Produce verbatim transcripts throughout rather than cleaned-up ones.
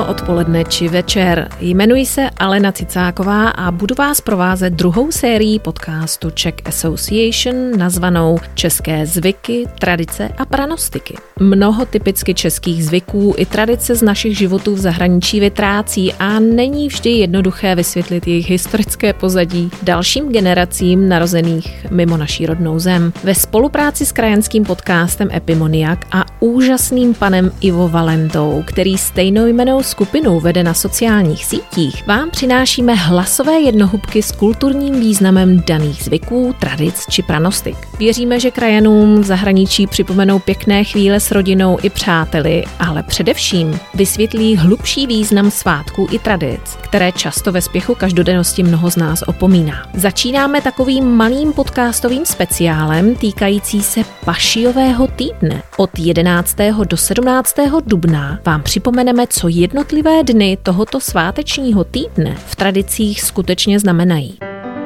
ráno, odpoledne či večer. Jmenuji se Alena Cicáková a budu vás provázet druhou sérií podcastu Czech Association nazvanou České zvyky, tradice a pranostiky. Mnoho typicky českých zvyků i tradice z našich životů v zahraničí vytrácí a není vždy jednoduché vysvětlit jejich historické pozadí dalším generacím narozených mimo naší rodnou zem. Ve spolupráci s krajanským podcastem Epimoniak a úžasným panem Ivo Valentou, který stejnojmennou skupinu vede na sociálních sítích, vám přinášíme hlasové jednohubky s kulturním významem daných zvyků, tradic či pranostik. Věříme, že krajanům v zahraničí připomenou pěkné chvíle s rodinou i přáteli, ale především vysvětlí hlubší význam svátků i tradic, které často ve spěchu každodennosti mnoho z nás opomíná. Začínáme takovým malým podcastovým speciálem týkající se Pašijového týdne. Od jedenáctého do sedmnáctého dubna vám připomeneme, co jednotlivé dny tohoto svátečního týdne v tradicích skutečně znamenají.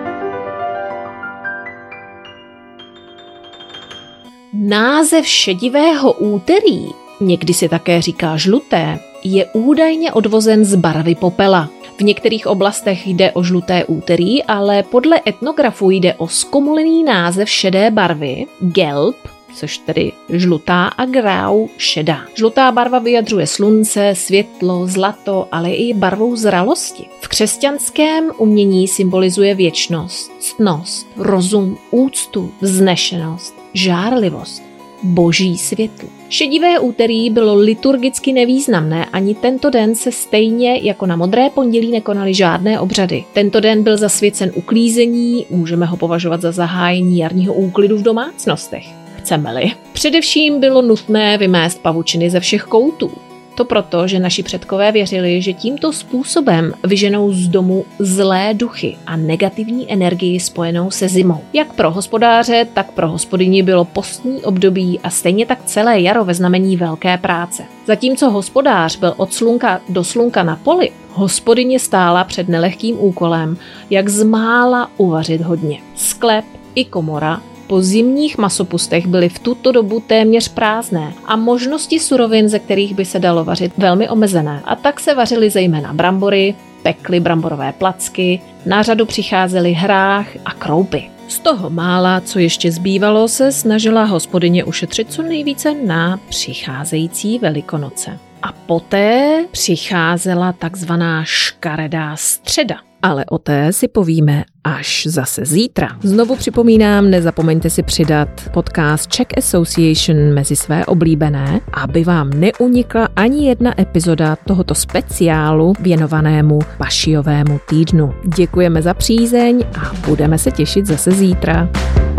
Název šedivého úterý, někdy se také říká žluté, je údajně odvozen z barvy popela. V některých oblastech jde o žluté úterý, ale podle etnografů jde o zkomolený název šedé barvy, gelb, což tedy žlutá, a grau, šedá. Žlutá barva vyjadřuje slunce, světlo, zlato, ale i barvou zralosti. V křesťanském umění symbolizuje věčnost, ctnost, rozum, úctu, vznešenost, žárlivost, boží světlo. Šedivé úterý bylo liturgicky nevýznamné, ani tento den se stejně jako na modré pondělí nekonaly žádné obřady. Tento den byl zasvěcen uklízení, můžeme ho považovat za zahájení jarního úklidu v domácnostech. Chceme-li. Především bylo nutné vymést pavučiny ze všech koutů. To proto, že naši předkové věřili, že tímto způsobem vyženou z domu zlé duchy a negativní energii spojenou se zimou. Jak pro hospodáře, tak pro hospodyni bylo postní období a stejně tak celé jaro ve znamení velké práce. Zatímco hospodář byl od slunka do slunka na poli, hospodyně stála před nelehkým úkolem, jak zmála uvařit hodně. Sklep i komora po zimních masopustech byly v tuto dobu téměř prázdné a možnosti surovin, ze kterých by se dalo vařit, velmi omezené. A tak se vařily zejména brambory, pekly bramborové placky, na řadu přicházely hrách a kroupy. Z toho mála, co ještě zbývalo, se snažila hospodyně ušetřit co nejvíce na přicházející Velikonoce. A poté přicházela takzvaná škaredá středa. Ale o té si povíme až zase zítra. Znovu připomínám, nezapomeňte si přidat podcast Czech Association mezi své oblíbené, aby vám neunikla ani jedna epizoda tohoto speciálu věnovanému Pašijovému týdnu. Děkujeme za přízeň a budeme se těšit zase zítra.